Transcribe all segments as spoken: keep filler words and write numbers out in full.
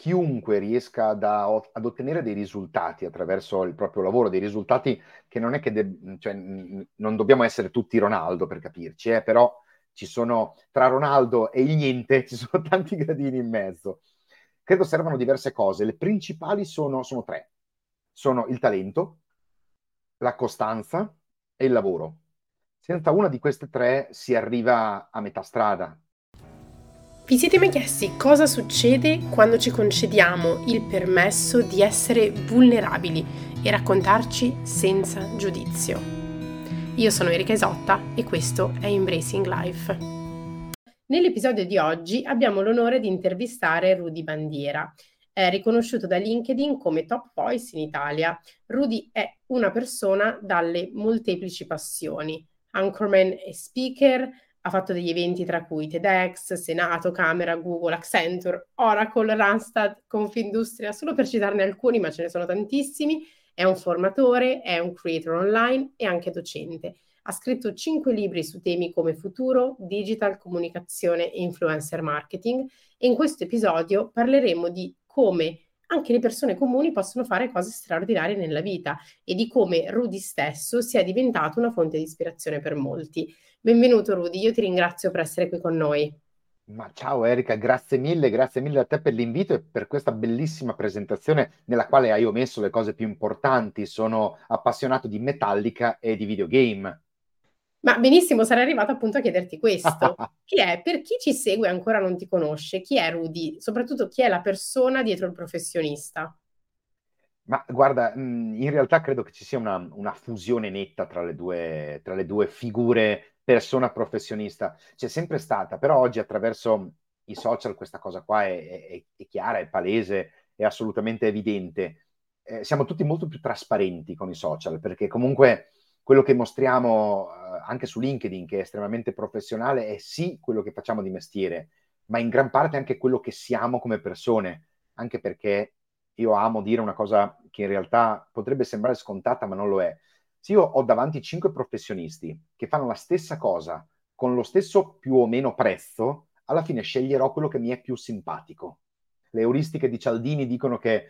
chiunque riesca ad, ad ottenere dei risultati attraverso il proprio lavoro, dei risultati che non è che de- cioè, non dobbiamo essere tutti Ronaldo per capirci, eh, però ci sono tra Ronaldo e il niente, ci sono tanti gradini in mezzo. Credo servano diverse cose. Le principali sono, sono tre. Sono il talento, la costanza e il lavoro. Senza una di queste tre si arriva a metà strada. Vi siete mai chiesti cosa succede quando ci concediamo il permesso di essere vulnerabili e raccontarci senza giudizio? Io sono Erika Isotta e questo è Embracing Life. Nell'episodio di oggi abbiamo l'onore di intervistare Rudy Bandiera. È riconosciuto da LinkedIn come Top Voice in Italia. Rudy è una persona dalle molteplici passioni. Anchorman e speaker, ha fatto degli eventi tra cui TEDx, Senato, Camera, Google, Accenture, Oracle, Randstad, Confindustria, solo per citarne alcuni, ma ce ne sono tantissimi. È un formatore, è un creator online e anche docente. Ha scritto cinque libri su temi come futuro, digital, comunicazione e influencer marketing e in questo episodio parleremo di come anche le persone comuni possono fare cose straordinarie nella vita e di come Rudy stesso sia diventato una fonte di ispirazione per molti. Benvenuto Rudy, io ti ringrazio per essere qui con noi. Ma ciao Erika, grazie mille, grazie mille a te per l'invito e per questa bellissima presentazione nella quale hai omesso le cose più importanti. Sono appassionato di Metallica e di videogame. Ma benissimo, sarei arrivata appunto a chiederti questo. Chi è? Per chi ci segue e ancora non ti conosce, chi è Rudy? Soprattutto chi è la persona dietro il professionista? Ma guarda, mh, in realtà credo che ci sia una, una fusione netta tra le due, tra le due figure persona professionista. C'è sempre stata, però oggi attraverso i social questa cosa qua è, è- è chiara, è palese, è assolutamente evidente. Eh, siamo tutti molto più trasparenti con i social, perché comunque quello che mostriamo eh, anche su LinkedIn, che è estremamente professionale, è sì quello che facciamo di mestiere, ma in gran parte anche quello che siamo come persone, anche perché io amo dire una cosa che in realtà potrebbe sembrare scontata, ma non lo è. Se io ho davanti cinque professionisti che fanno la stessa cosa con lo stesso più o meno prezzo, alla fine sceglierò quello che mi è più simpatico. Le euristiche di Cialdini dicono che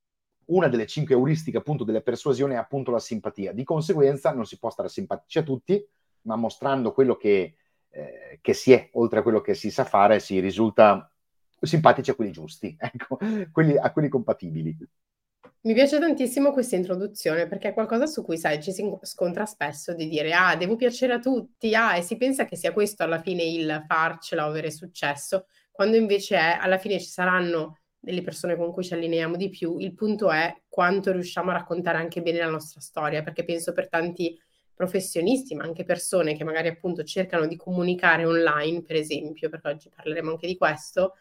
una delle cinque euristiche appunto delle persuasioni è appunto la simpatia. Di conseguenza non si può stare simpatici a tutti, ma mostrando quello che, eh, che si è, oltre a quello che si sa fare, si risulta simpatici a quelli giusti, ecco, quelli, a quelli compatibili. Mi piace tantissimo questa introduzione perché è qualcosa su cui, sai, ci si scontra spesso di dire ah, devo piacere a tutti, ah, e si pensa che sia questo alla fine il farcela o avere successo, quando invece è, alla fine ci saranno delle persone con cui ci allineiamo di più, il punto è quanto riusciamo a raccontare anche bene la nostra storia, perché penso per tanti professionisti, ma anche persone che magari appunto cercano di comunicare online, per esempio, perché oggi parleremo anche di questo,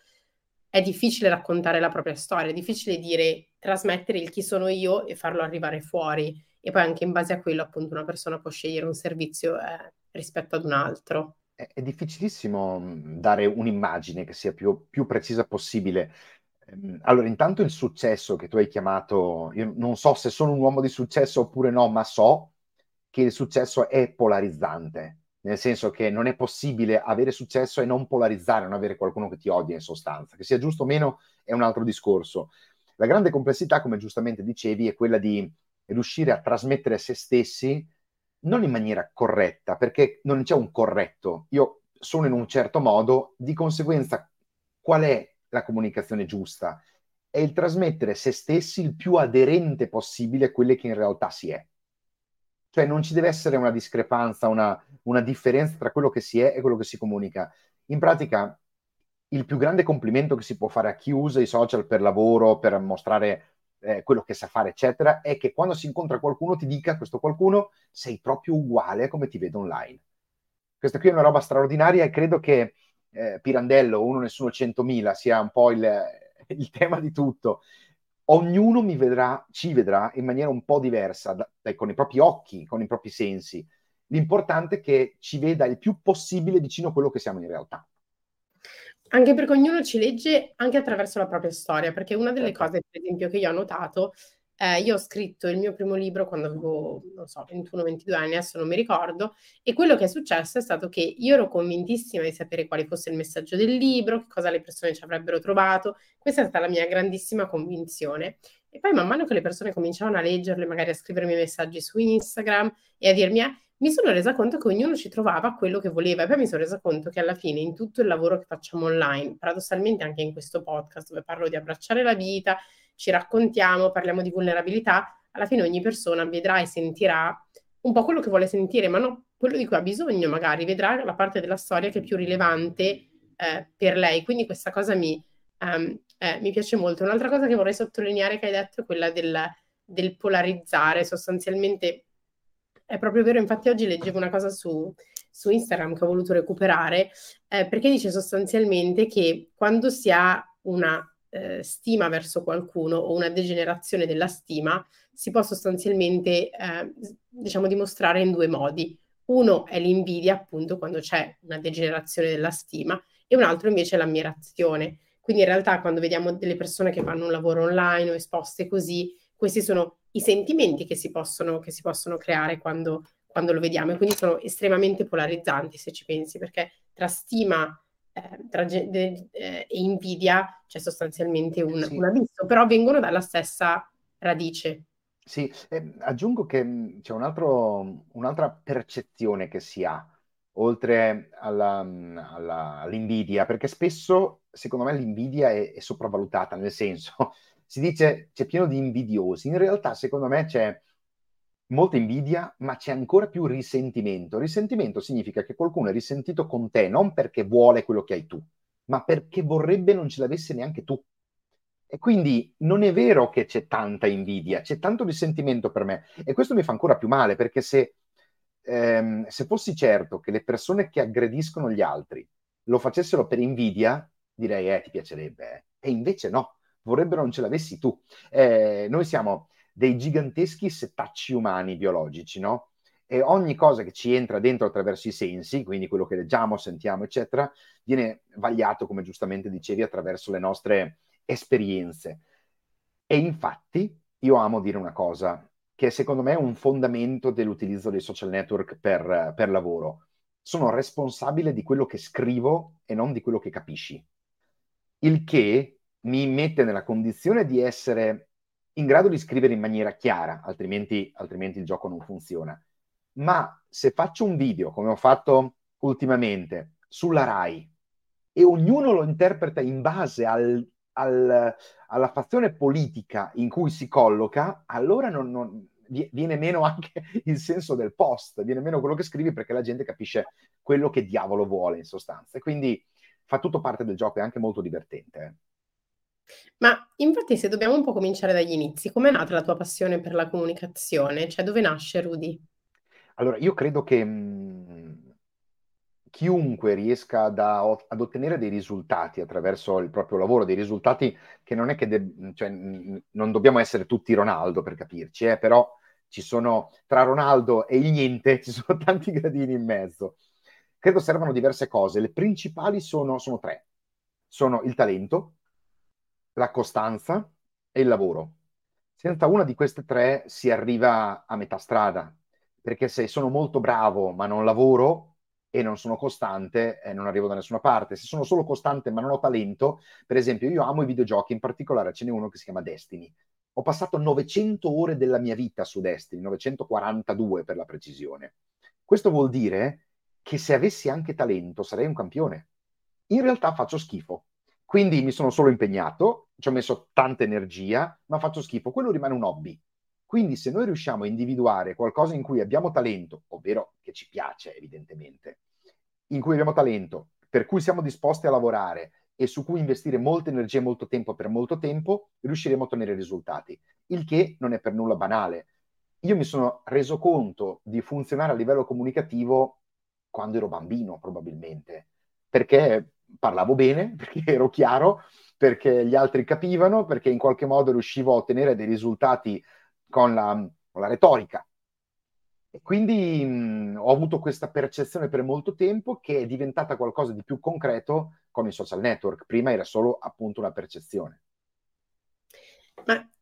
è difficile raccontare la propria storia, è difficile dire, trasmettere il chi sono io e farlo arrivare fuori. E poi anche in base a quello, appunto, una persona può scegliere un servizio eh, rispetto ad un altro. È, è difficilissimo mh, dare un'immagine che sia più, più precisa possibile. Ehm, Allora, intanto il successo che tu hai chiamato, io non so se sono un uomo di successo oppure no, ma so che il successo è polarizzante, nel senso che non è possibile avere successo e non polarizzare, non avere qualcuno che ti odia in sostanza. Che sia giusto o meno è un altro discorso. La grande complessità, come giustamente dicevi, è quella di riuscire a trasmettere se stessi non in maniera corretta, perché non c'è un corretto. Io sono in un certo modo, di conseguenza, qual è la comunicazione giusta? È il trasmettere se stessi il più aderente possibile a quelle che in realtà si è. Cioè non ci deve essere una discrepanza, una, una differenza tra quello che si è e quello che si comunica. In pratica, il più grande complimento che si può fare a chi usa i social per lavoro, per mostrare eh, quello che sa fare, eccetera, è che quando si incontra qualcuno ti dica, questo qualcuno, sei proprio uguale a come ti vedo online. Questa qui è una roba straordinaria e credo che eh, Pirandello, uno nessuno centomila, sia un po' il, il tema di tutto. Ognuno mi vedrà, ci vedrà in maniera un po' diversa, da, dai, con i propri occhi, con i propri sensi. L'importante è che ci veda il più possibile vicino a quello che siamo in realtà. Anche perché ognuno ci legge anche attraverso la propria storia, perché una delle Certo. cose, per esempio, che io ho notato Eh, io ho scritto il mio primo libro quando avevo, non so, ventuno ventidue anni, adesso non mi ricordo, e quello che è successo è stato che io ero convintissima di sapere quale fosse il messaggio del libro, che cosa le persone ci avrebbero trovato. Questa è stata la mia grandissima convinzione. E poi man mano che le persone cominciavano a leggerle, magari a scrivermi messaggi su Instagram e a dirmi, eh, mi sono resa conto che ognuno ci trovava quello che voleva, e poi mi sono resa conto che alla fine in tutto il lavoro che facciamo online, paradossalmente anche in questo podcast dove parlo di abbracciare la vita, ci raccontiamo, parliamo di vulnerabilità, alla fine ogni persona vedrà e sentirà un po' quello che vuole sentire, ma non quello di cui ha bisogno, magari vedrà la parte della storia che è più rilevante eh, per lei. Quindi questa cosa mi, um, eh, mi piace molto. Un'altra cosa che vorrei sottolineare che hai detto è quella del, del polarizzare. Sostanzialmente è proprio vero, infatti oggi leggevo una cosa su, su Instagram che ho voluto recuperare, eh, perché dice sostanzialmente che quando si ha una eh, stima verso qualcuno o una degenerazione della stima, si può sostanzialmente, eh, diciamo, dimostrare in due modi. Uno è l'invidia, appunto, quando c'è una degenerazione della stima, e un altro invece è l'ammirazione. Quindi in realtà quando vediamo delle persone che fanno un lavoro online o esposte così, questi sono i sentimenti che si possono, che si possono creare quando, quando lo vediamo, e quindi sono estremamente polarizzanti, se ci pensi, perché tra stima eh, tra ge- de- eh, e invidia c'è sostanzialmente un, un Sì, abisso, però vengono dalla stessa radice. sì, eh, aggiungo che mh, c'è un altro- un'altra percezione che si ha, oltre alla- mh, alla- all'invidia, perché spesso, secondo me, l'invidia è, è sopravvalutata, nel senso, si dice c'è pieno di invidiosi, in realtà, secondo me, c'è molta invidia, ma c'è ancora più risentimento. Risentimento significa che qualcuno è risentito con te, non perché vuole quello che hai tu, ma perché vorrebbe non ce l'avesse neanche tu. E quindi non è vero che c'è tanta invidia, c'è tanto risentimento per me. E questo mi fa ancora più male, perché se, ehm, se fossi certo che le persone che aggrediscono gli altri lo facessero per invidia, direi, eh, ti piacerebbe. eh. E invece no, vorrebbero non ce l'avessi tu. Eh, noi siamo dei giganteschi setacci umani biologici, no? E ogni cosa che ci entra dentro attraverso i sensi, quindi quello che leggiamo, sentiamo, eccetera, viene vagliato, come giustamente dicevi, attraverso le nostre esperienze. E infatti io amo dire una cosa, che secondo me è un fondamento dell'utilizzo dei social network per, per lavoro. Sono responsabile di quello che scrivo e non di quello che capisci. Il che mi mette nella condizione di essere in grado di scrivere in maniera chiara, altrimenti, altrimenti il gioco non funziona. Ma se faccio un video, come ho fatto ultimamente, sulla Rai, e ognuno lo interpreta in base al, al, alla fazione politica in cui si colloca, allora non, non, viene meno anche il senso del post, viene meno quello che scrivi, perché la gente capisce quello che diavolo vuole in sostanza. E quindi fa tutto parte del gioco, è anche molto divertente. eh. Ma infatti se dobbiamo un po' cominciare dagli inizi, com'è nata la tua passione per la comunicazione? Cioè dove nasce Rudy? Allora, io credo che mh, chiunque riesca da- ad ottenere dei risultati attraverso il proprio lavoro, dei risultati che non è che de- cioè, mh, non dobbiamo essere tutti Ronaldo per capirci, eh, però ci sono tra Ronaldo e il niente, ci sono tanti gradini in mezzo. Credo servano diverse cose. Le principali sono, sono tre. Sono il talento, la costanza e il lavoro. Senza una di queste tre si arriva a metà strada, perché se sono molto bravo ma non lavoro e non sono costante, eh, non arrivo da nessuna parte. Se sono solo costante ma non ho talento, per esempio, io amo i videogiochi, in particolare ce n'è uno che si chiama Destiny. Ho passato novecento ore della mia vita su Destiny, novecentoquarantadue per la precisione. Questo vuol dire che se avessi anche talento sarei un campione. In realtà faccio schifo. Quindi mi sono solo impegnato, ci ho messo tanta energia, ma faccio schifo. Quello rimane un hobby. Quindi se noi riusciamo a individuare qualcosa in cui abbiamo talento, ovvero che ci piace evidentemente, in cui abbiamo talento, per cui siamo disposti a lavorare e su cui investire molta energia e molto tempo per molto tempo, riusciremo a ottenere risultati. Il che non è per nulla banale. Io mi sono reso conto di funzionare a livello comunicativo quando ero bambino, probabilmente, perché parlavo bene, perché ero chiaro, perché gli altri capivano, perché in qualche modo riuscivo a ottenere dei risultati con la, con la retorica. E quindi mh, ho avuto questa percezione per molto tempo che è diventata qualcosa di più concreto con i social network. Prima era solo appunto una percezione. Ma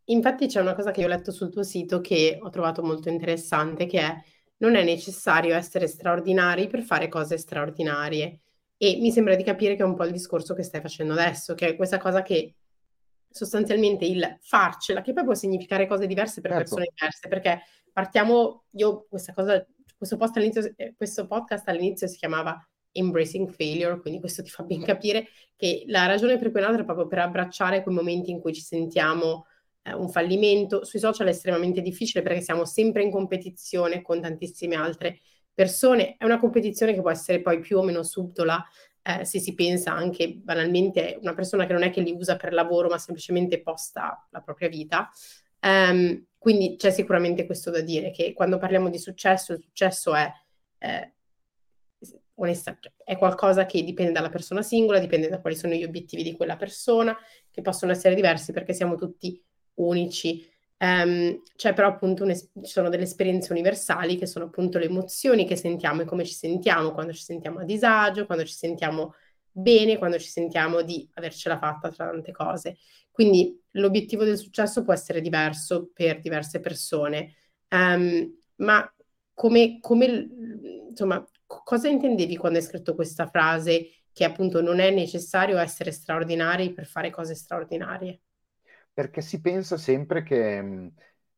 Infatti c'è una cosa che io ho letto sul tuo sito che ho trovato molto interessante, che è: non è necessario essere straordinari per fare cose straordinarie. E mi sembra di capire che è un po' il discorso che stai facendo adesso, che è questa cosa che sostanzialmente il farcela, che poi può significare cose diverse per Certo, persone diverse, perché partiamo, io questa cosa, questo post all'inizio, eh, questo podcast all'inizio si chiamava Embracing Failure, quindi questo ti fa ben capire che la ragione per cui è nata è proprio per abbracciare quei momenti in cui ci sentiamo eh, un fallimento. Sui social è estremamente difficile perché siamo sempre in competizione con tantissime altre persone. È una competizione che può essere poi più o meno subdola, eh, se si pensa anche banalmente a una persona che non è che li usa per lavoro, ma semplicemente posta la propria vita. Um, quindi c'è sicuramente questo da dire, che quando parliamo di successo, il successo è, eh, onesta, cioè, è qualcosa che dipende dalla persona singola, dipende da quali sono gli obiettivi di quella persona, che possono essere diversi perché siamo tutti unici. Um, c'è però appunto ci sono delle esperienze universali che sono appunto le emozioni che sentiamo e come ci sentiamo quando ci sentiamo a disagio, quando ci sentiamo bene, quando ci sentiamo di avercela fatta tra tante cose. Quindi l'obiettivo del successo può essere diverso per diverse persone. Um, ma come, come, insomma, cosa intendevi quando hai scritto questa frase che appunto non è necessario essere straordinari per fare cose straordinarie? perché si pensa sempre che mh,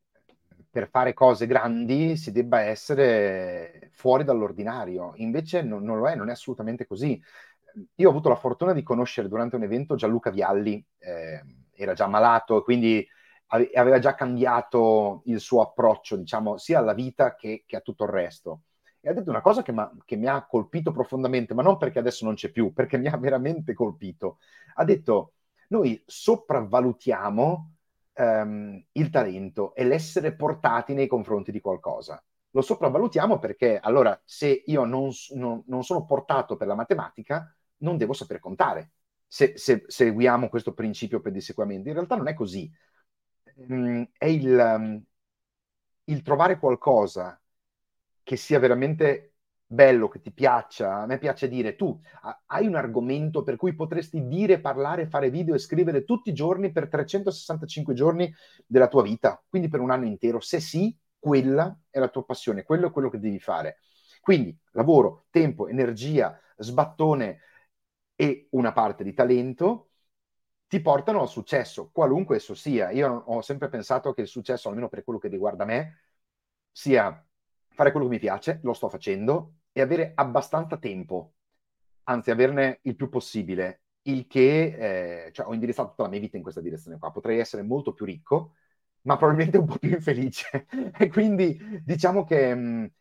per fare cose grandi si debba essere fuori dall'ordinario. Invece non, non lo è, non è assolutamente così. Io ho avuto la fortuna di conoscere durante un evento Gianluca Vialli, eh, era già malato, quindi ave- aveva già cambiato il suo approccio, diciamo, sia alla vita che, che a tutto il resto. E ha detto una cosa che, m'ha- che mi ha colpito profondamente, ma non perché adesso non c'è più, perché mi ha veramente colpito. Ha detto: noi sopravvalutiamo ehm, il talento e l'essere portati nei confronti di qualcosa. Lo sopravvalutiamo perché allora se io non, non- non sono portato per la matematica, non devo saper contare. Se, se seguiamo questo principio pedissequamente, in realtà non è così. Mm, è il, um, il trovare qualcosa che sia veramente bello, che ti piaccia. A me piace dire, tu ha- hai un argomento per cui potresti dire, parlare, fare video e scrivere tutti i giorni per trecentosessantacinque giorni della tua vita, quindi per un anno intero. Se sì, quella è la tua passione, quello è quello che devi fare. Quindi lavoro, tempo, energia, sbattone e una parte di talento ti portano al successo, qualunque esso sia. Io ho sempre pensato che il successo, almeno per quello che riguarda me, sia fare quello che mi piace, lo sto facendo, e avere abbastanza tempo, anzi averne il più possibile, il che eh, cioè, ho indirizzato tutta la mia vita in questa direzione qua. Potrei essere molto più ricco, ma probabilmente un po' più infelice. E quindi diciamo che mh,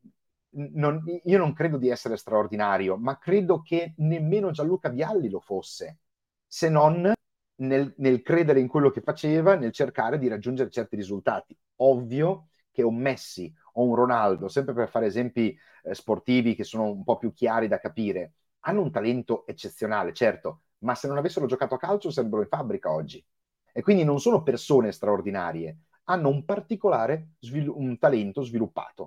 non, io non credo di essere straordinario, ma credo che nemmeno Gianluca Vialli lo fosse, se non nel, nel credere in quello che faceva, nel cercare di raggiungere certi risultati. Ovvio che un Messi o un Ronaldo, sempre per fare esempi eh, sportivi che sono un po' più chiari da capire, hanno un talento eccezionale, certo, ma se non avessero giocato a calcio sarebbero in fabbrica oggi. E quindi non sono persone straordinarie, hanno un particolare svil- un talento sviluppato.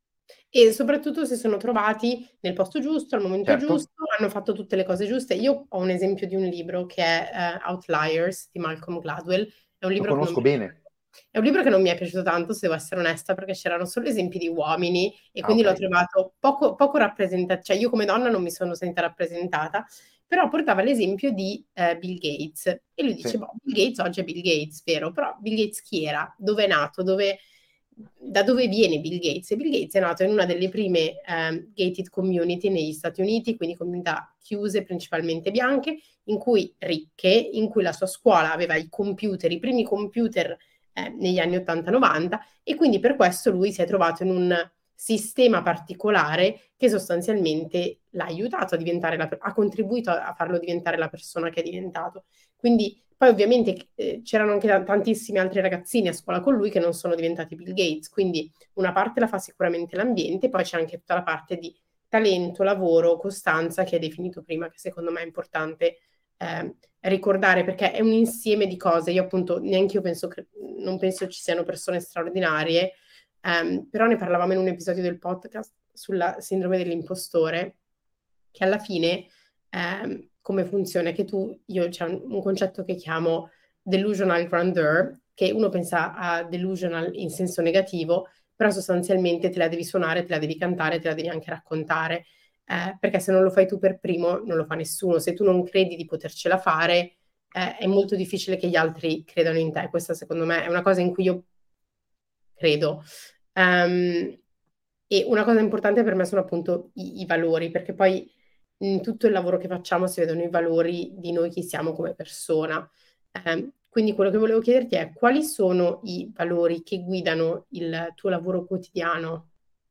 E soprattutto si sono trovati nel posto giusto, al momento Certo, giusto, hanno fatto tutte le cose giuste. Io ho un esempio di un libro che è eh, Outliers di Malcolm Gladwell. È un lo libro che non conosco mi è bene. piaciuto. È un libro che non mi è piaciuto tanto, se devo essere onesta, perché c'erano solo esempi di uomini e Ah, quindi ok. l'ho trovato poco, poco rappresentativo. Cioè, io come donna non mi sono sentita rappresentata, però portava l'esempio di eh, Bill Gates. E lui Sì, dice, boh, Bill Gates oggi è Bill Gates, vero? Però Bill Gates chi era? Dove è nato? Dove da dove viene Bill Gates? E Bill Gates è nato in una delle prime um, gated community negli Stati Uniti, quindi comunità chiuse, principalmente bianche, in cui ricche, in cui la sua scuola aveva i computer, i primi computer eh, negli anni ottanta novanta, e quindi per questo lui si è trovato in un sistema particolare che sostanzialmente l'ha aiutato a diventare, la, ha contribuito a, a farlo diventare la persona che è diventato. Quindi poi ovviamente eh, c'erano anche tantissimi altri ragazzini a scuola con lui che non sono diventati Bill Gates, quindi una parte la fa sicuramente l'ambiente, poi c'è anche tutta la parte di talento, lavoro, costanza che hai definito prima, che secondo me è importante eh, ricordare perché è un insieme di cose. Io appunto neanche io penso che non penso ci siano persone straordinarie, ehm, però ne parlavamo in un episodio del podcast sulla sindrome dell'impostore, che alla fine ehm, come funziona, che tu, io c'è un, un concetto che chiamo delusional grandeur, che uno pensa a delusional in senso negativo, però sostanzialmente te la devi suonare, te la devi cantare, te la devi anche raccontare, eh, perché se non lo fai tu per primo non lo fa nessuno. Se tu non credi di potercela fare, eh, è molto difficile che gli altri credano in te. Questa secondo me è una cosa in cui io credo. Um, e una cosa importante per me sono appunto i, i valori, perché poi in tutto il lavoro che facciamo si vedono i valori di noi chi siamo come persona. Um, quindi quello che volevo chiederti è quali sono i valori che guidano il tuo lavoro quotidiano?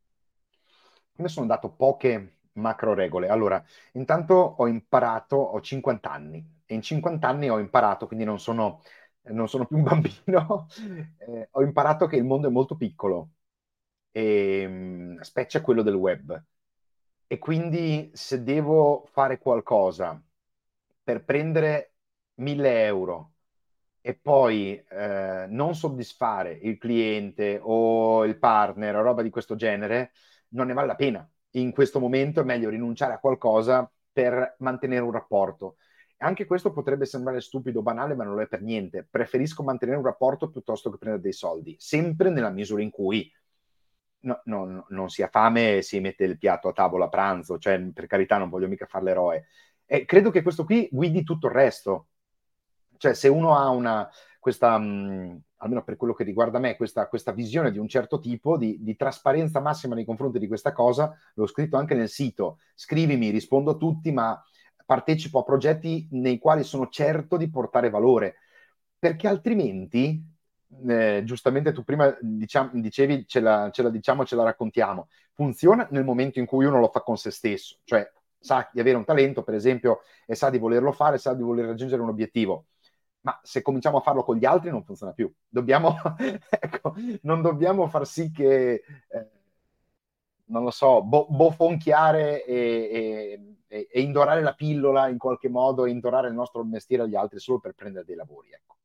Mi sono dato poche macro regole. Allora, intanto ho imparato, ho cinquanta anni e in cinquanta anni ho imparato, quindi non sono, non sono più un bambino, eh, ho imparato che il mondo è molto piccolo, e, mh, specie quello del web. E quindi se devo fare qualcosa per prendere mille euro e poi eh, non soddisfare il cliente o il partner o roba di questo genere, non ne vale la pena. In questo momento è meglio rinunciare a qualcosa per mantenere un rapporto. Anche questo potrebbe sembrare stupido o banale, ma non lo è per niente. Preferisco mantenere un rapporto piuttosto che prendere dei soldi, sempre nella misura in cui no, no, non si ha fame e si mette il piatto a tavola a pranzo, cioè per carità non voglio mica fare l'eroe. E credo che questo qui guidi tutto il resto. Cioè se uno ha una, questa, mh, almeno per quello che riguarda me, questa, questa visione di un certo tipo, di, di trasparenza massima nei confronti di questa cosa, l'ho scritto anche nel sito, scrivimi, rispondo a tutti, ma partecipo a progetti nei quali sono certo di portare valore, perché altrimenti, eh, giustamente tu prima diciamo, dicevi ce la, ce la diciamo, ce la raccontiamo, funziona nel momento in cui uno lo fa con se stesso, cioè sa di avere un talento, per esempio, e sa di volerlo fare, sa di voler raggiungere un obiettivo. Ma se cominciamo a farlo con gli altri non funziona più. Dobbiamo, ecco, non dobbiamo far sì che, eh, non lo so, bo- bofonchiare e, e, e indorare la pillola in qualche modo, e indorare il nostro mestiere agli altri solo per prendere dei lavori, ecco.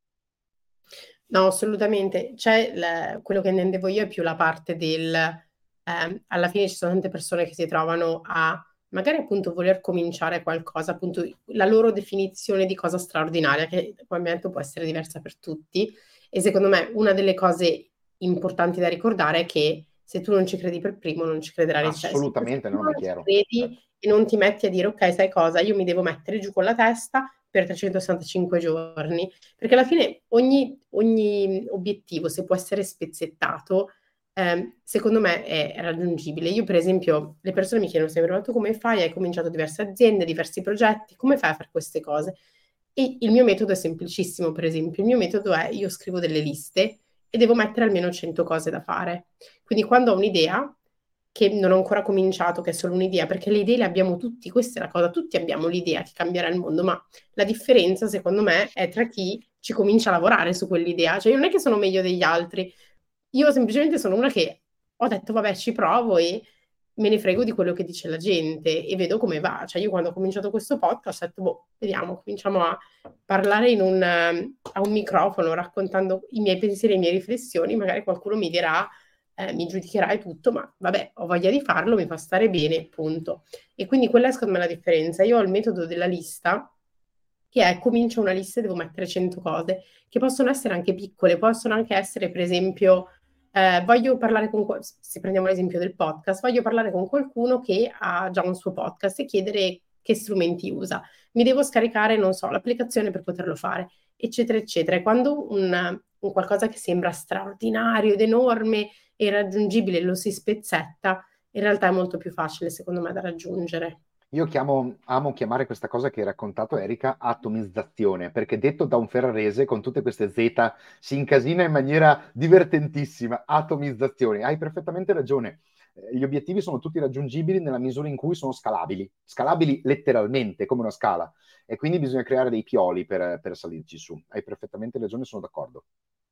No, assolutamente. C'è la- quello che intendevo io è più la parte del, ehm, alla fine ci sono tante persone che si trovano a magari appunto voler cominciare qualcosa, appunto la loro definizione di cosa straordinaria, che come abbiamo detto può essere diversa per tutti. E secondo me una delle cose importanti da ricordare è che se tu non ci credi per primo, non ci crederai. Cioè, se tu Assolutamente, no, ma è non ci chiaro. credi Certo. e non ti metti a dire ok, sai cosa, io mi devo mettere giù con la testa per trecentosessantacinque giorni, perché alla fine ogni, ogni obiettivo, se può essere spezzettato, ehm, secondo me è raggiungibile. Io, per esempio, le persone mi chiedono sempre: ma tu come fai? Hai cominciato diverse aziende, diversi progetti, come fai a fare queste cose? E il mio metodo è semplicissimo, per esempio. Il mio metodo è: io scrivo delle liste e devo mettere almeno cento cose da fare. Quindi quando ho un'idea, che non ho ancora cominciato, che è solo un'idea, perché le idee le abbiamo tutti, questa è la cosa, tutti abbiamo l'idea che cambierà il mondo, ma la differenza, secondo me, è tra chi ci comincia a lavorare su quell'idea. Cioè, io non è che sono meglio degli altri, io semplicemente sono una che ho detto, vabbè, ci provo e me ne frego di quello che dice la gente e vedo come va. Cioè, io quando ho cominciato questo podcast ho detto, boh, vediamo, cominciamo a parlare in un, eh, a un microfono, raccontando i miei pensieri e le mie riflessioni, magari qualcuno mi dirà, eh, mi giudicherà e tutto, ma vabbè, ho voglia di farlo, mi fa stare bene, punto. E quindi quella è secondo me la differenza. Io ho il metodo della lista, che è comincio una lista e devo mettere cento cose, che possono essere anche piccole, possono anche essere, per esempio, eh, voglio parlare con, qual- se prendiamo l'esempio del podcast, voglio parlare con qualcuno che ha già un suo podcast e chiedere che strumenti usa. Mi devo scaricare, non so, l'applicazione per poterlo fare, eccetera, eccetera. E quando un, un qualcosa che sembra straordinario ed enorme e irraggiungibile lo si spezzetta, in realtà è molto più facile, secondo me, da raggiungere. Io chiamo, amo chiamare questa cosa che hai raccontato, Erika, atomizzazione, perché detto da un ferrarese con tutte queste Z si incasina in maniera divertentissima. Atomizzazione, hai perfettamente ragione. Eh, Gli obiettivi sono tutti raggiungibili nella misura in cui sono scalabili, scalabili letteralmente come una scala, e quindi bisogna creare dei pioli per, per salirci su. Hai perfettamente ragione, sono d'accordo.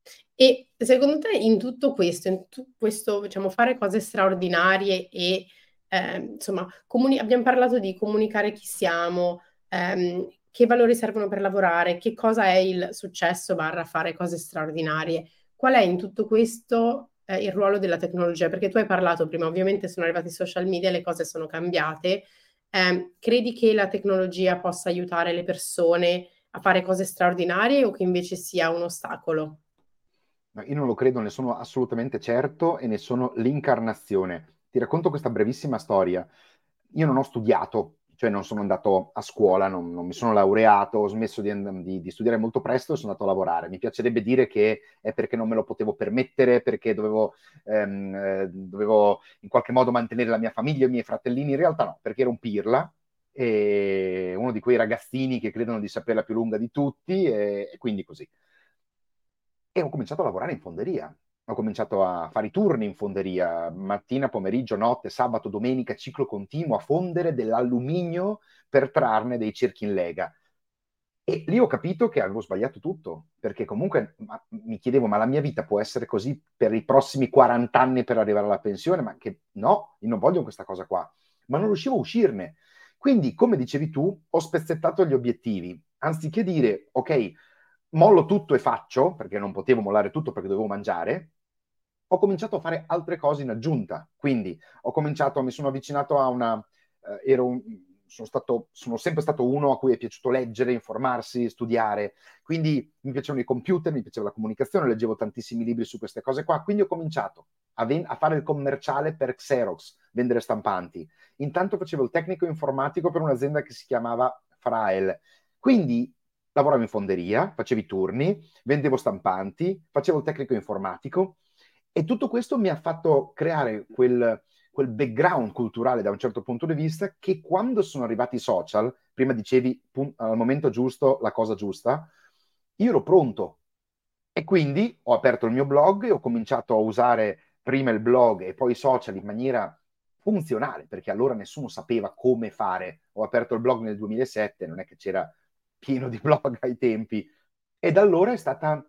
E secondo te in tutto questo, in tutto questo, diciamo, fare cose straordinarie e eh, insomma, comuni- abbiamo parlato di comunicare chi siamo, ehm, che valori servono per lavorare, che cosa è il successo barra fare cose straordinarie. Qual è in tutto questo eh, il ruolo della tecnologia? Perché tu hai parlato prima, ovviamente sono arrivati i social media, le cose sono cambiate. Ehm, credi che la tecnologia possa aiutare le persone a fare cose straordinarie o che invece sia un ostacolo? No, io non lo credo, ne sono assolutamente certo e ne sono l'incarnazione. Ti racconto questa brevissima storia. Io non ho studiato, cioè non sono andato a scuola, non, non mi sono laureato, ho smesso di, di- di studiare molto presto e sono andato a lavorare. Mi piacerebbe dire che è perché non me lo potevo permettere, perché dovevo, ehm, eh, dovevo in qualche modo mantenere la mia famiglia, i miei fratellini. In realtà no, perché ero un pirla, e uno di quei ragazzini che credono di saperla più lunga di tutti, e, e quindi così. E ho cominciato a lavorare in fonderia. Ho cominciato a fare i turni in fonderia, mattina, pomeriggio, notte, sabato, domenica, ciclo continuo, a fondere dell'alluminio per trarne dei cerchi in lega. E lì ho capito che avevo sbagliato tutto, perché comunque ma, mi chiedevo, ma la mia vita può essere così per i prossimi quaranta anni per arrivare alla pensione? Ma che no, io non voglio questa cosa qua. Ma non riuscivo a uscirne. Quindi, come dicevi tu, ho spezzettato gli obiettivi. Anziché dire, ok, mollo tutto e faccio, perché non potevo mollare tutto perché dovevo mangiare, ho cominciato a fare altre cose in aggiunta. Quindi ho cominciato, mi sono avvicinato a una... Eh, ero un, sono, stato, sono sempre stato uno a cui è piaciuto leggere, informarsi, studiare. Quindi mi piacevano i computer, mi piaceva la comunicazione, leggevo tantissimi libri su queste cose qua. Quindi ho cominciato a, ven- a fare il commerciale per Xerox, vendere stampanti. Intanto facevo il tecnico informatico per un'azienda che si chiamava Frael. Quindi lavoravo in fonderia, facevo i turni, vendevo stampanti, facevo il tecnico informatico e tutto questo mi ha fatto creare quel, quel background culturale da un certo punto di vista che quando sono arrivati i social, prima dicevi pum, al momento giusto la cosa giusta, io ero pronto e quindi ho aperto il mio blog e ho cominciato a usare prima il blog e poi i social in maniera funzionale, perché allora nessuno sapeva come fare. Ho aperto il blog nel duemilasette, non è che c'era pieno di blog ai tempi, e da allora è stata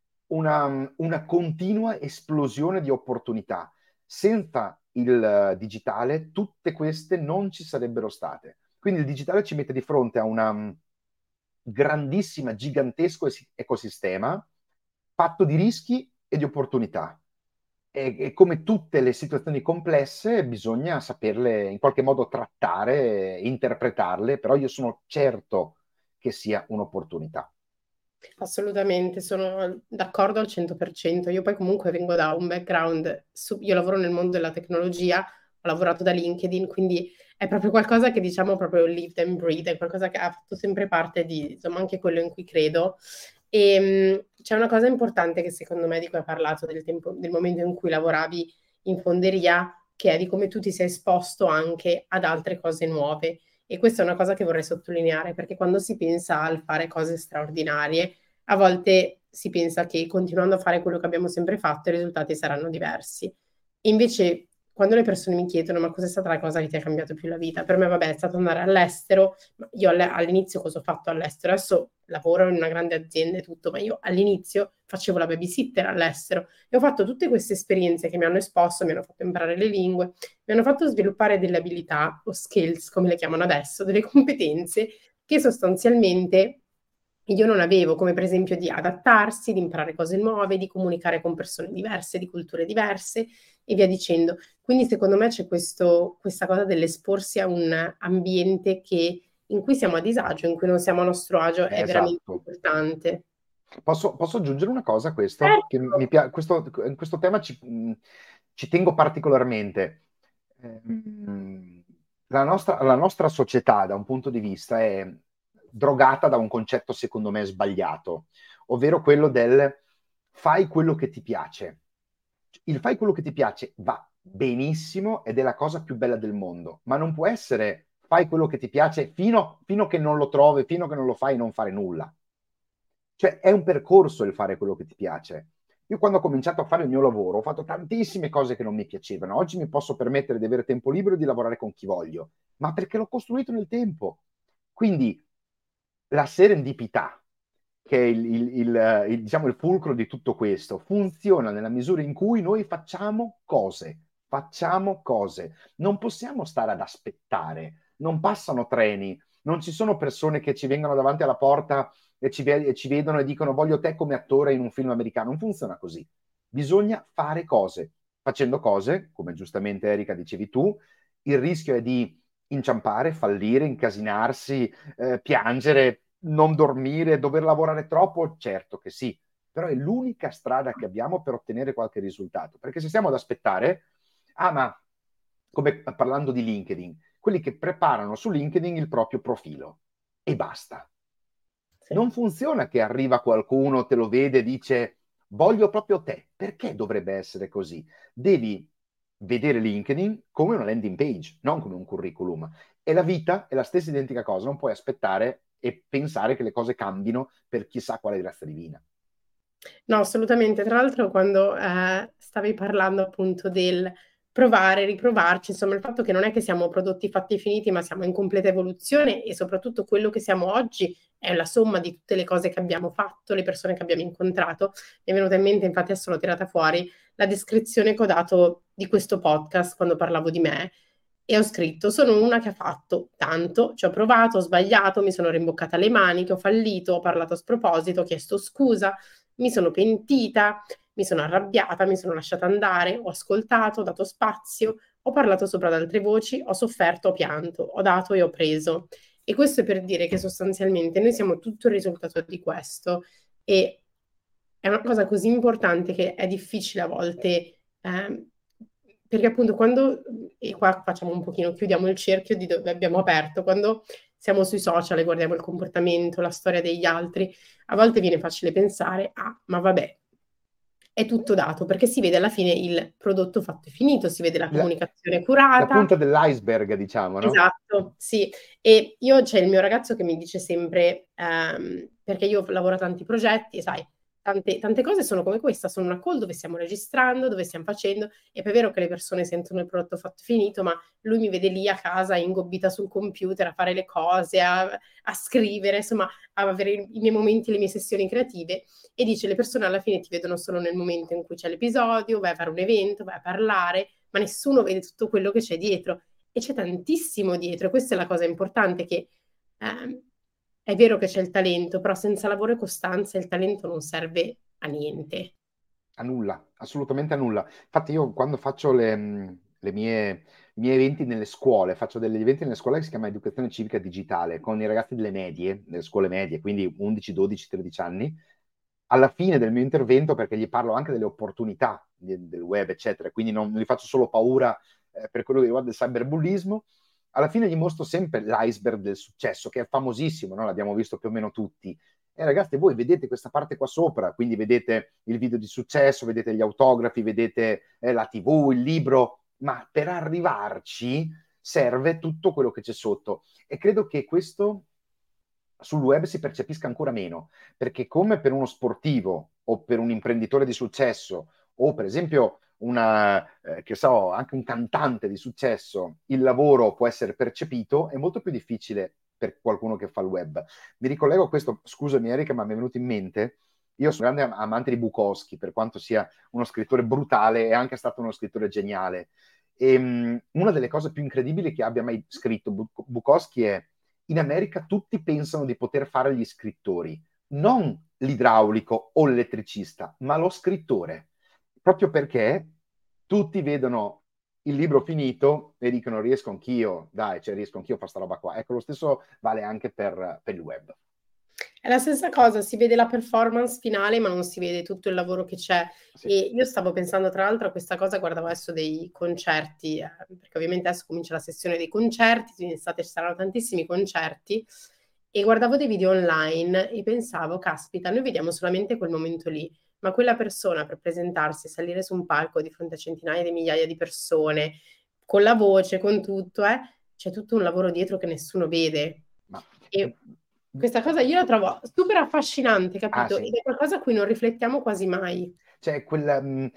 una, una continua esplosione di opportunità. Senza il eh, digitale, tutte queste non ci sarebbero state. Quindi il digitale ci mette di fronte a una mm, grandissima, gigantesco es- ecosistema fatto di rischi e di opportunità. E, e come tutte le situazioni complesse, bisogna saperle in qualche modo trattare, interpretarle, però io sono certo che sia un'opportunità. Assolutamente, sono d'accordo al cento per cento. Io poi comunque vengo da un background, su- io lavoro nel mondo della tecnologia, ho lavorato da LinkedIn, quindi è proprio qualcosa che diciamo proprio lived and breathe, è qualcosa che ha fatto sempre parte di, insomma, anche quello in cui credo. E mh, c'è una cosa importante che secondo me di cui hai parlato del tempo, del momento in cui lavoravi in fonderia, che è di come tu ti sei esposto anche ad altre cose nuove. E questa è una cosa che vorrei sottolineare, perché quando si pensa al fare cose straordinarie, a volte si pensa che continuando a fare quello che abbiamo sempre fatto, i risultati saranno diversi. Invece, quando le persone mi chiedono ma cos'è stata la cosa che ti ha cambiato più la vita? Per me, vabbè, è stato andare all'estero. Ma io alle- all'inizio cosa ho fatto all'estero? Adesso lavoro in una grande azienda e tutto, ma io all'inizio facevo la babysitter all'estero e ho fatto tutte queste esperienze che mi hanno esposto, mi hanno fatto imparare le lingue, mi hanno fatto sviluppare delle abilità o skills, come le chiamano adesso, delle competenze che sostanzialmente io non avevo, come per esempio di adattarsi, di imparare cose nuove, di comunicare con persone diverse, di culture diverse e via dicendo. Quindi secondo me c'è questo, questa cosa dell'esporsi a un ambiente che, in cui siamo a disagio, in cui non siamo a nostro agio, Eh, è veramente esatto. importante. Posso, posso aggiungere una cosa a questo? Che Certo. mi pia- questo, in questo tema ci, mh, ci tengo particolarmente. Ehm, la nostra, la nostra società, da un punto di vista, è drogata da un concetto, secondo me, sbagliato, ovvero quello del fai quello che ti piace. Il fai quello che ti piace va benissimo ed è la cosa più bella del mondo, ma non può essere fai quello che ti piace fino, fino che non lo trovi, fino che non lo fai, non fare nulla. Cioè, è un percorso il fare quello che ti piace. Io quando ho cominciato a fare il mio lavoro ho fatto tantissime cose che non mi piacevano. Oggi mi posso permettere di avere tempo libero e di lavorare con chi voglio, ma perché l'ho costruito nel tempo. Quindi la serendipità, che è il, il- il, il, diciamo, il fulcro di tutto questo, funziona nella misura in cui noi facciamo cose, facciamo cose. Non possiamo stare ad aspettare, non passano treni, non ci sono persone che ci vengono davanti alla porta e ci, ve- e ci vedono e dicono voglio te come attore in un film americano. Non funziona così. Bisogna fare cose. Facendo cose, come giustamente Erika dicevi tu, il rischio è di inciampare, fallire, incasinarsi, eh, piangere, non dormire, dover lavorare troppo, certo che sì, però è l'unica strada che abbiamo per ottenere qualche risultato, perché se stiamo ad aspettare, ah ma come parlando di LinkedIn, quelli che preparano su LinkedIn il proprio profilo e basta. Sì. Non funziona che arriva qualcuno, te lo vede e dice voglio proprio te. Perché dovrebbe essere così? Devi vedere LinkedIn come una landing page, non come un curriculum. E la vita è la stessa identica cosa, non puoi aspettare e pensare che le cose cambino per chissà quale grazia divina. No, assolutamente. Tra l'altro, quando eh, stavi parlando appunto del provare, riprovarci, insomma, il fatto che non è che siamo prodotti fatti e finiti, ma siamo in completa evoluzione e soprattutto quello che siamo oggi è la somma di tutte le cose che abbiamo fatto, le persone che abbiamo incontrato. Mi è venuta in mente, infatti, adesso l'ho tirata fuori, la descrizione che ho dato di questo podcast quando parlavo di me. E ho scritto, sono una che ha fatto tanto, ci ho provato, ho sbagliato, mi sono rimboccata le maniche, ho fallito, ho parlato a sproposito, ho chiesto scusa, mi sono pentita, mi sono arrabbiata, mi sono lasciata andare, ho ascoltato, ho dato spazio, ho parlato sopra ad altre voci, ho sofferto, ho pianto, ho dato e ho preso. E questo è per dire che sostanzialmente noi siamo tutto il risultato di questo e è una cosa così importante che è difficile a volte, ehm, perché appunto quando, e qua facciamo un pochino, chiudiamo il cerchio di dove abbiamo aperto, quando siamo sui social e guardiamo il comportamento, la storia degli altri, a volte viene facile pensare, ah, ma vabbè, è tutto dato, perché si vede alla fine il prodotto fatto e finito, si vede la La, comunicazione la curata. punta dell'iceberg, diciamo, no? Esatto, sì. E io c'è il mio ragazzo che mi dice sempre, ehm, perché io lavoro a tanti progetti, e sai, tante, tante cose sono come questa, sono una call dove stiamo registrando, dove stiamo facendo, e poi è vero che le persone sentono il prodotto fatto finito, ma lui mi vede lì a casa ingobbita sul computer a fare le cose, a, a scrivere, insomma, a avere i, i miei momenti, le mie sessioni creative, e dice le persone alla fine ti vedono solo nel momento in cui c'è l'episodio, vai a fare un evento, vai a parlare, ma nessuno vede tutto quello che c'è dietro. E c'è tantissimo dietro, e questa è la cosa importante, che ehm, è vero che c'è il talento, però senza lavoro e costanza il talento non serve a niente. A nulla, assolutamente a nulla. Infatti io quando faccio le, mh, le mie, i miei eventi nelle scuole, faccio degli eventi nelle scuole che si chiama Educazione Civica Digitale, con i ragazzi delle medie, delle scuole medie, quindi undici, dodici, tredici anni. Alla fine del mio intervento, perché gli parlo anche delle opportunità di- del web, eccetera, quindi non gli faccio solo paura eh, per quello che riguarda il cyberbullismo, alla fine gli mostro sempre l'iceberg del successo, che è famosissimo, no? L'abbiamo visto più o meno tutti. E ragazzi, voi vedete questa parte qua sopra, quindi vedete il video di successo, vedete gli autografi, vedete eh, la tivù, il libro, ma per arrivarci serve tutto quello che c'è sotto. E credo che questo sul web si percepisca ancora meno, perché come per uno sportivo o per un imprenditore di successo o per esempio una, eh, che so, anche un cantante di successo, il lavoro può essere percepito, è molto più difficile per qualcuno che fa il web. Mi ricollego a questo, scusami Erika, ma mi è venuto in mente, io sono grande amante di Bukowski, per quanto sia uno scrittore brutale, è anche stato uno scrittore geniale. E, um, una delle cose più incredibili che abbia mai scritto Bukowski è in America tutti pensano di poter fare gli scrittori, non l'idraulico o l'elettricista, ma lo scrittore, proprio perché tutti vedono il libro finito e dicono riesco anch'io, dai, cioè riesco anch'io a fare sta roba qua. Ecco, lo stesso vale anche per, per il web. È la stessa cosa, si vede la performance finale, ma non si vede tutto il lavoro che c'è. Sì. E io stavo pensando, tra l'altro, a questa cosa, guardavo adesso dei concerti, eh, perché ovviamente adesso comincia la sessione dei concerti, in estate ci saranno tantissimi concerti, e guardavo dei video online e pensavo, caspita, noi vediamo solamente quel momento lì, ma quella persona per presentarsi, salire su un palco di fronte a centinaia di migliaia di persone, con la voce, con tutto, eh, c'è tutto un lavoro dietro che nessuno vede. Ma... E questa cosa io la trovo super affascinante, Ah, capito? sì. Ed è qualcosa a cui non riflettiamo quasi mai. Cioè, quella, mh,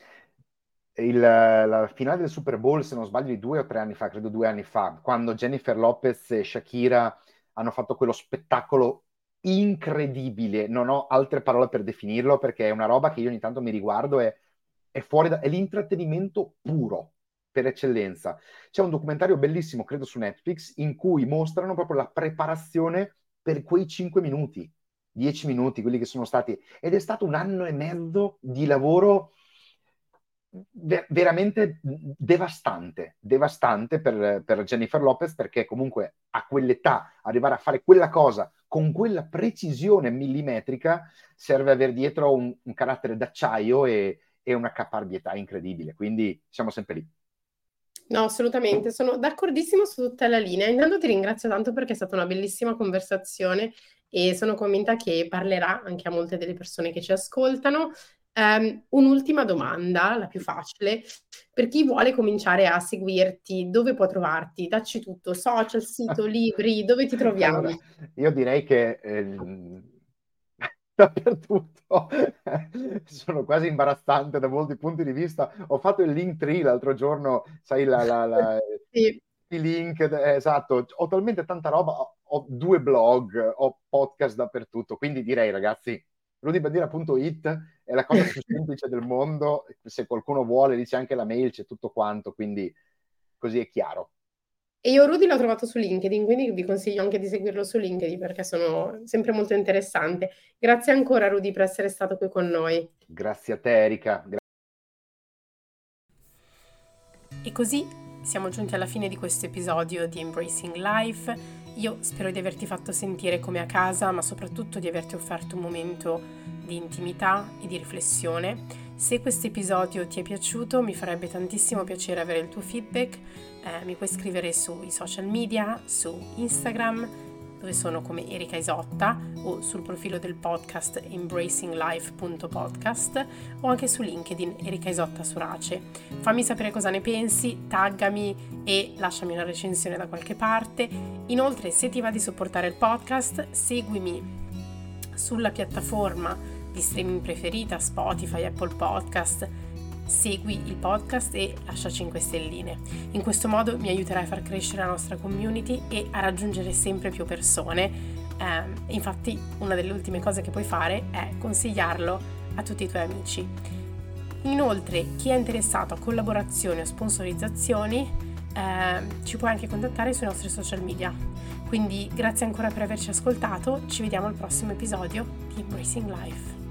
il, la finale del Super Bowl, se non sbaglio, di due o tre anni fa, credo due anni fa, quando Jennifer Lopez e Shakira hanno fatto quello spettacolo incredibile. Non ho altre parole per definirlo, perché è una roba che io ogni tanto mi riguardo e è fuori da, è l'intrattenimento puro, per eccellenza. C'è un documentario bellissimo, credo su Netflix, in cui mostrano proprio la preparazione per quei cinque minuti, dieci minuti, quelli che sono stati, ed è stato un anno e mezzo di lavoro ver- veramente devastante, devastante per, per Jennifer Lopez, perché comunque a quell'età, arrivare a fare quella cosa con quella precisione millimetrica, serve avere dietro un, un carattere d'acciaio e, e una caparbietà incredibile, quindi siamo sempre lì. No, assolutamente, sono d'accordissimo su tutta la linea. Intanto ti ringrazio tanto perché è stata una bellissima conversazione e sono convinta che parlerà anche a molte delle persone che ci ascoltano. Um, un'ultima domanda, la più facile, per chi vuole cominciare a seguirti, dove può trovarti? Dacci tutto, social, sito, libri, dove ti troviamo? Allora, io direi che eh, dappertutto sono quasi imbarazzante da molti punti di vista. Ho fatto il Linktree l'altro giorno, sai, la, la, la, Sì. i link, eh, esatto, ho talmente tanta roba, ho, ho due blog, ho podcast dappertutto, quindi direi, ragazzi, rudybandiera punto it è la cosa più semplice del mondo, se qualcuno vuole dice anche la mail, c'è tutto quanto, quindi così è chiaro. E io Rudy l'ho trovato su LinkedIn, quindi vi consiglio anche di seguirlo su LinkedIn perché sono sempre molto interessante. Grazie ancora Rudy per essere stato qui con noi. Grazie a te, Erika. E così siamo giunti alla fine di questo episodio di Embracing Life. Io spero di averti fatto sentire come a casa, ma soprattutto di averti offerto un momento di intimità e di riflessione. Se questo episodio ti è piaciuto, mi farebbe tantissimo piacere avere il tuo feedback. Eh, mi puoi scrivere sui social media, su Instagram, dove sono come Erika Isotta, o sul profilo del podcast embracing life punto podcast, o anche su LinkedIn Erika Isotta Surace. Fammi sapere cosa ne pensi, taggami e lasciami una recensione da qualche parte. Inoltre, se ti va di supportare il podcast, seguimi sulla piattaforma di streaming preferita, Spotify, Apple Podcast. Segui il podcast e lascia cinque stelline. In questo modo mi aiuterai a far crescere la nostra community e a raggiungere sempre più persone. Eh, infatti, una delle ultime cose che puoi fare è consigliarlo a tutti i tuoi amici. Inoltre, chi è interessato a collaborazioni o sponsorizzazioni, eh, ci puoi anche contattare sui nostri social media. Quindi, grazie ancora per averci ascoltato. Ci vediamo al prossimo episodio di Embracing Life.